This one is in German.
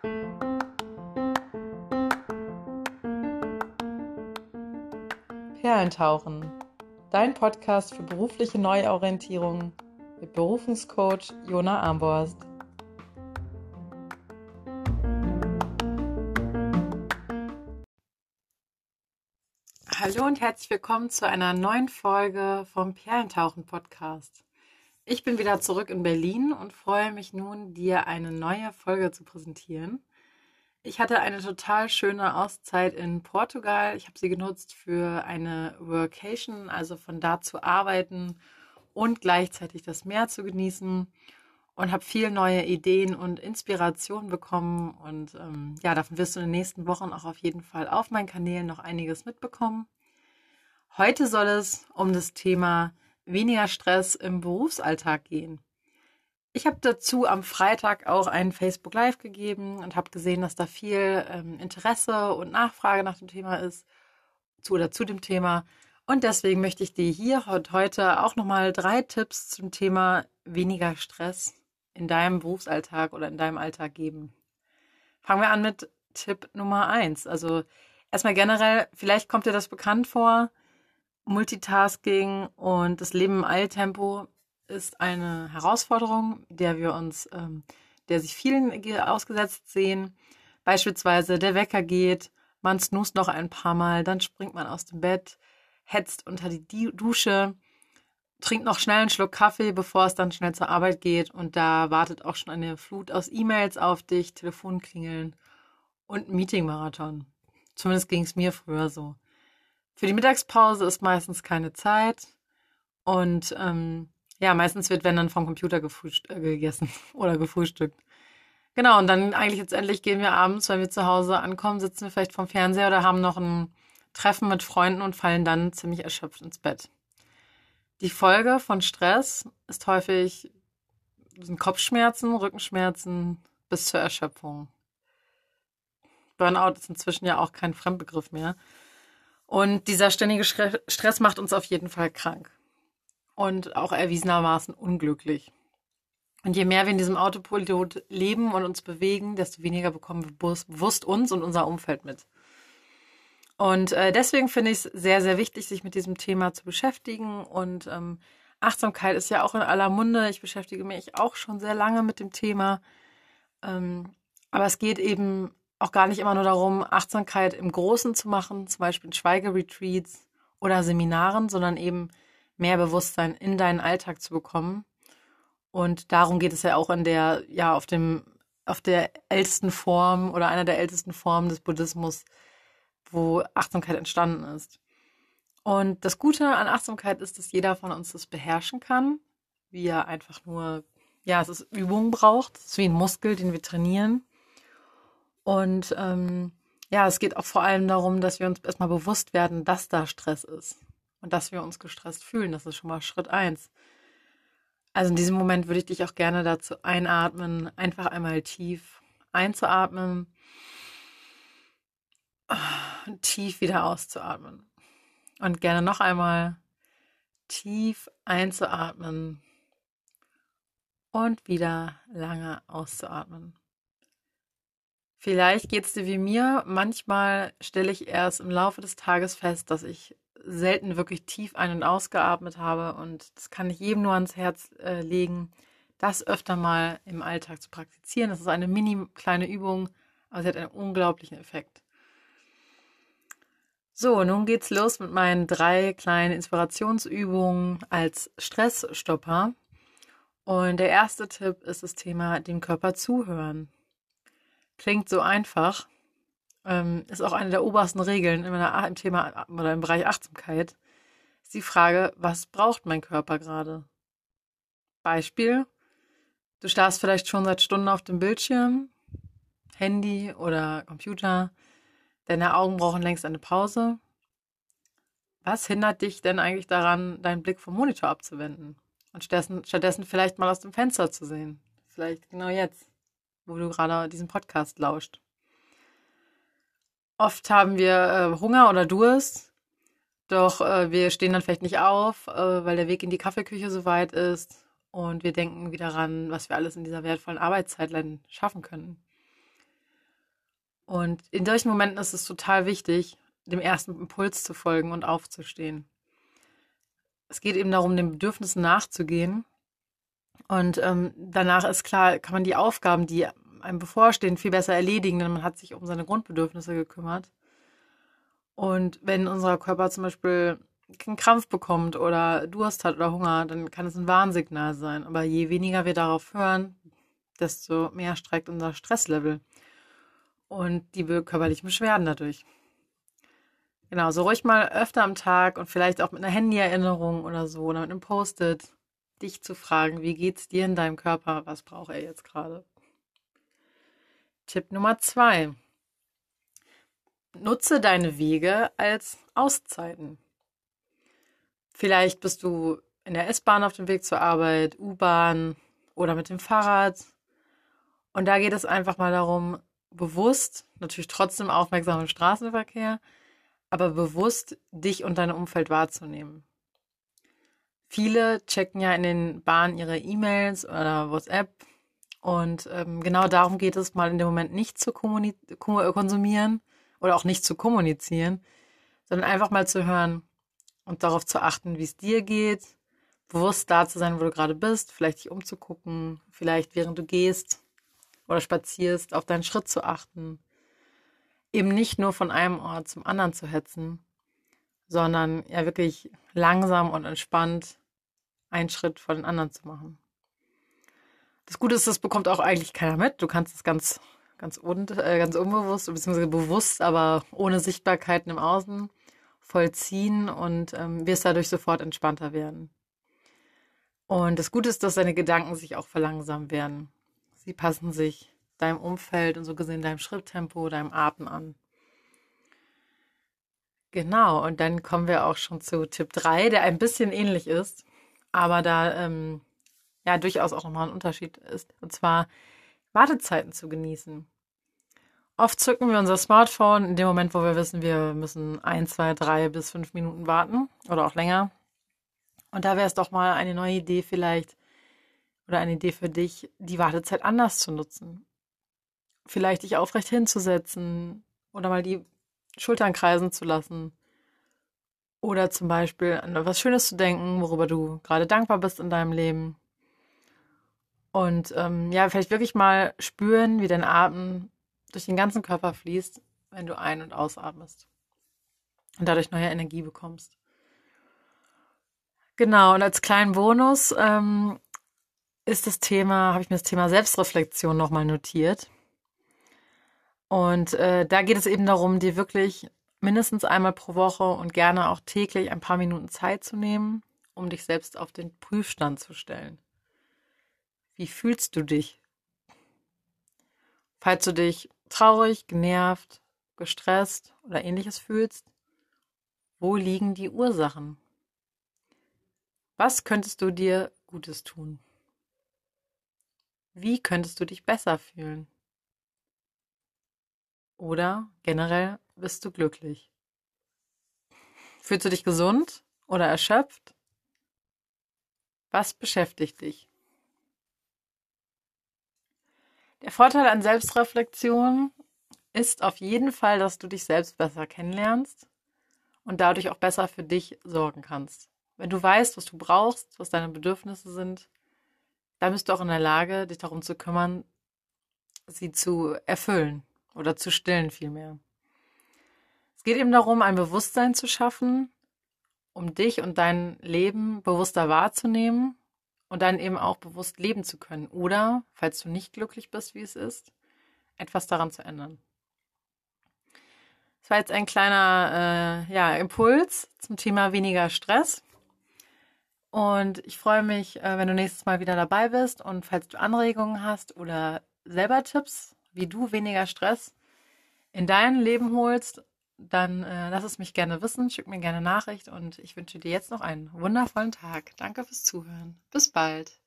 Perlentauchen, dein Podcast für berufliche Neuorientierung mit Berufungscoach Jona Armborst. Hallo und herzlich willkommen zu einer neuen Folge vom Perlentauchen Podcast. Ich bin wieder zurück in Berlin und freue mich nun, dir eine neue Folge zu präsentieren. Ich hatte eine total schöne Auszeit in Portugal. Ich habe sie genutzt für eine Workation, also von da zu arbeiten und gleichzeitig das Meer zu genießen und habe viel neue Ideen und Inspirationen bekommen. Und davon wirst du in den nächsten Wochen auch auf jeden Fall auf meinen Kanälen noch einiges mitbekommen. Heute soll es um das Thema weniger Stress im Berufsalltag gehen. Ich habe dazu am Freitag auch einen Facebook Live gegeben und habe gesehen, dass da viel Interesse und Nachfrage nach dem Thema ist zu dem Thema. Und deswegen möchte ich dir hier heute auch nochmal 3 Tipps zum Thema weniger Stress in deinem Berufsalltag oder in deinem Alltag geben. Fangen wir an mit Tipp Nummer 1. Also erstmal generell, vielleicht kommt dir das bekannt vor, Multitasking und das Leben im Eiltempo ist eine Herausforderung, der sich vielen ausgesetzt sehen. Beispielsweise der Wecker geht, man snoozt noch ein paar Mal, dann springt man aus dem Bett, hetzt unter die Dusche, trinkt noch schnell einen Schluck Kaffee, bevor es dann schnell zur Arbeit geht. Und da wartet auch schon eine Flut aus E-Mails auf dich, Telefonklingeln und Meetingmarathon. Zumindest ging es mir früher so. Für die Mittagspause ist meistens keine Zeit und meistens wird, wenn dann vom Computer gegessen oder gefrühstückt. Genau, und dann eigentlich letztendlich gehen wir abends, wenn wir zu Hause ankommen, sitzen wir vielleicht vorm Fernseher oder haben noch ein Treffen mit Freunden und fallen dann ziemlich erschöpft ins Bett. Die Folge von Stress ist häufig sind Kopfschmerzen, Rückenschmerzen bis zur Erschöpfung. Burnout ist inzwischen ja auch kein Fremdbegriff mehr. Und dieser ständige Stress macht uns auf jeden Fall krank und auch erwiesenermaßen unglücklich. Und je mehr wir in diesem Autopilot leben und uns bewegen, desto weniger bekommen wir bewusst uns und unser Umfeld mit. Und deswegen finde ich es sehr, sehr wichtig, sich mit diesem Thema zu beschäftigen. Und Achtsamkeit ist ja auch in aller Munde. Ich beschäftige mich auch schon sehr lange mit dem Thema. Aber es geht eben auch gar nicht immer nur darum, Achtsamkeit im Großen zu machen, zum Beispiel in Schweigeretreats oder Seminaren, sondern eben mehr Bewusstsein in deinen Alltag zu bekommen. Und darum geht es ja auch auf der ältesten Form oder einer der ältesten Formen des Buddhismus, wo Achtsamkeit entstanden ist. Und das Gute an Achtsamkeit ist, dass jeder von uns das beherrschen kann, wie er einfach nur, es ist Übung braucht. Es ist wie ein Muskel, den wir trainieren. Und es geht auch vor allem darum, dass wir uns erstmal bewusst werden, dass da Stress ist und dass wir uns gestresst fühlen. Das ist schon mal Schritt 1. Also in diesem Moment würde ich dich auch gerne dazu einatmen, einfach einmal tief einzuatmen und tief wieder auszuatmen. Und gerne noch einmal tief einzuatmen und wieder lange auszuatmen. Vielleicht geht es dir wie mir. Manchmal stelle ich erst im Laufe des Tages fest, dass ich selten wirklich tief ein- und ausgeatmet habe. Und das kann ich jedem nur ans Herz legen, das öfter mal im Alltag zu praktizieren. Das ist eine mini kleine Übung, aber sie hat einen unglaublichen Effekt. So, nun geht's los mit meinen 3 kleinen Inspirationsübungen als Stressstopper. Und der erste Tipp ist das Thema dem Körper zuhören. Klingt so einfach, ist auch eine der obersten Regeln im Thema oder im Bereich Achtsamkeit. Ist die Frage, was braucht mein Körper gerade? Beispiel, du starrst vielleicht schon seit Stunden auf dem Bildschirm, Handy oder Computer. Deine Augen brauchen längst eine Pause. Was hindert dich denn eigentlich daran, deinen Blick vom Monitor abzuwenden und stattdessen vielleicht mal aus dem Fenster zu sehen? Vielleicht genau jetzt, wo du gerade diesen Podcast lauscht. Oft haben wir Hunger oder Durst, doch wir stehen dann vielleicht nicht auf, weil der Weg in die Kaffeeküche so weit ist und wir denken wieder daran, was wir alles in dieser wertvollen Arbeitszeit schaffen können. Und in solchen Momenten ist es total wichtig, dem ersten Impuls zu folgen und aufzustehen. Es geht eben darum, den Bedürfnissen nachzugehen. Und danach ist klar, kann man die Aufgaben, die einem bevorstehen, viel besser erledigen, denn man hat sich um seine Grundbedürfnisse gekümmert. Und wenn unser Körper zum Beispiel einen Krampf bekommt oder Durst hat oder Hunger, dann kann es ein Warnsignal sein. Aber je weniger wir darauf hören, desto mehr steigt unser Stresslevel und die körperlichen Beschwerden dadurch. Genau, so ruhig mal öfter am Tag und vielleicht auch mit einer Handyerinnerung oder so oder mit einem Post-it dich zu fragen, wie geht's dir in deinem Körper, was braucht er jetzt gerade? Tipp Nummer 2. Nutze deine Wege als Auszeiten. Vielleicht bist du in der S-Bahn auf dem Weg zur Arbeit, U-Bahn oder mit dem Fahrrad. Und da geht es einfach mal darum, bewusst, natürlich trotzdem aufmerksam im Straßenverkehr, aber bewusst dich und dein Umfeld wahrzunehmen. Viele checken ja in den Bahnen ihre E-Mails oder WhatsApp und genau darum geht es, mal in dem Moment nicht zu konsumieren oder auch nicht zu kommunizieren, sondern einfach mal zu hören und darauf zu achten, wie es dir geht, bewusst da zu sein, wo du gerade bist, vielleicht dich umzugucken, vielleicht während du gehst oder spazierst, auf deinen Schritt zu achten, eben nicht nur von einem Ort zum anderen zu hetzen, sondern ja wirklich langsam und entspannt einen Schritt vor den anderen zu machen. Das Gute ist, das bekommt auch eigentlich keiner mit. Du kannst es ganz unbewusst, beziehungsweise bewusst, aber ohne Sichtbarkeiten im Außen vollziehen und wirst dadurch sofort entspannter werden. Und das Gute ist, dass deine Gedanken sich auch verlangsamen werden. Sie passen sich deinem Umfeld und so gesehen deinem Schritttempo, deinem Atem an. Genau, und dann kommen wir auch schon zu Tipp 3, der ein bisschen ähnlich ist, aber da ja durchaus auch nochmal ein Unterschied ist. Und zwar Wartezeiten zu genießen. Oft zücken wir unser Smartphone in dem Moment, wo wir wissen, wir müssen 1, 2, 3 bis 5 Minuten warten oder auch länger. Und da wäre es doch mal eine neue Idee vielleicht oder eine Idee für dich, die Wartezeit anders zu nutzen. Vielleicht dich aufrecht hinzusetzen oder mal die Schultern kreisen zu lassen. Oder zum Beispiel an etwas Schönes zu denken, worüber du gerade dankbar bist in deinem Leben. Und ja, vielleicht wirklich mal spüren, wie dein Atem durch den ganzen Körper fließt, wenn du ein- und ausatmest. Und dadurch neue Energie bekommst. Genau, und als kleinen Bonus habe ich mir das Thema Selbstreflexion nochmal notiert. Und da geht es eben darum, dir wirklich mindestens einmal pro Woche und gerne auch täglich ein paar Minuten Zeit zu nehmen, um dich selbst auf den Prüfstand zu stellen. Wie fühlst du dich? Falls du dich traurig, genervt, gestresst oder ähnliches fühlst, wo liegen die Ursachen? Was könntest du dir Gutes tun? Wie könntest du dich besser fühlen? Oder generell bist du glücklich? Fühlst du dich gesund oder erschöpft? Was beschäftigt dich? Der Vorteil an Selbstreflexion ist auf jeden Fall, dass du dich selbst besser kennenlernst und dadurch auch besser für dich sorgen kannst. Wenn du weißt, was du brauchst, was deine Bedürfnisse sind, dann bist du auch in der Lage, dich darum zu kümmern, sie zu erfüllen oder zu stillen vielmehr. Es geht eben darum, ein Bewusstsein zu schaffen, um dich und dein Leben bewusster wahrzunehmen und dann eben auch bewusst leben zu können. Oder, falls du nicht glücklich bist, wie es ist, etwas daran zu ändern. Das war jetzt ein kleiner Impuls zum Thema weniger Stress. Und ich freue mich, wenn du nächstes Mal wieder dabei bist. Und falls du Anregungen hast oder selber Tipps, wie du weniger Stress in dein Leben holst, dann lass es mich gerne wissen, schick mir gerne eine Nachricht und ich wünsche dir jetzt noch einen wundervollen Tag. Danke fürs Zuhören. Bis bald.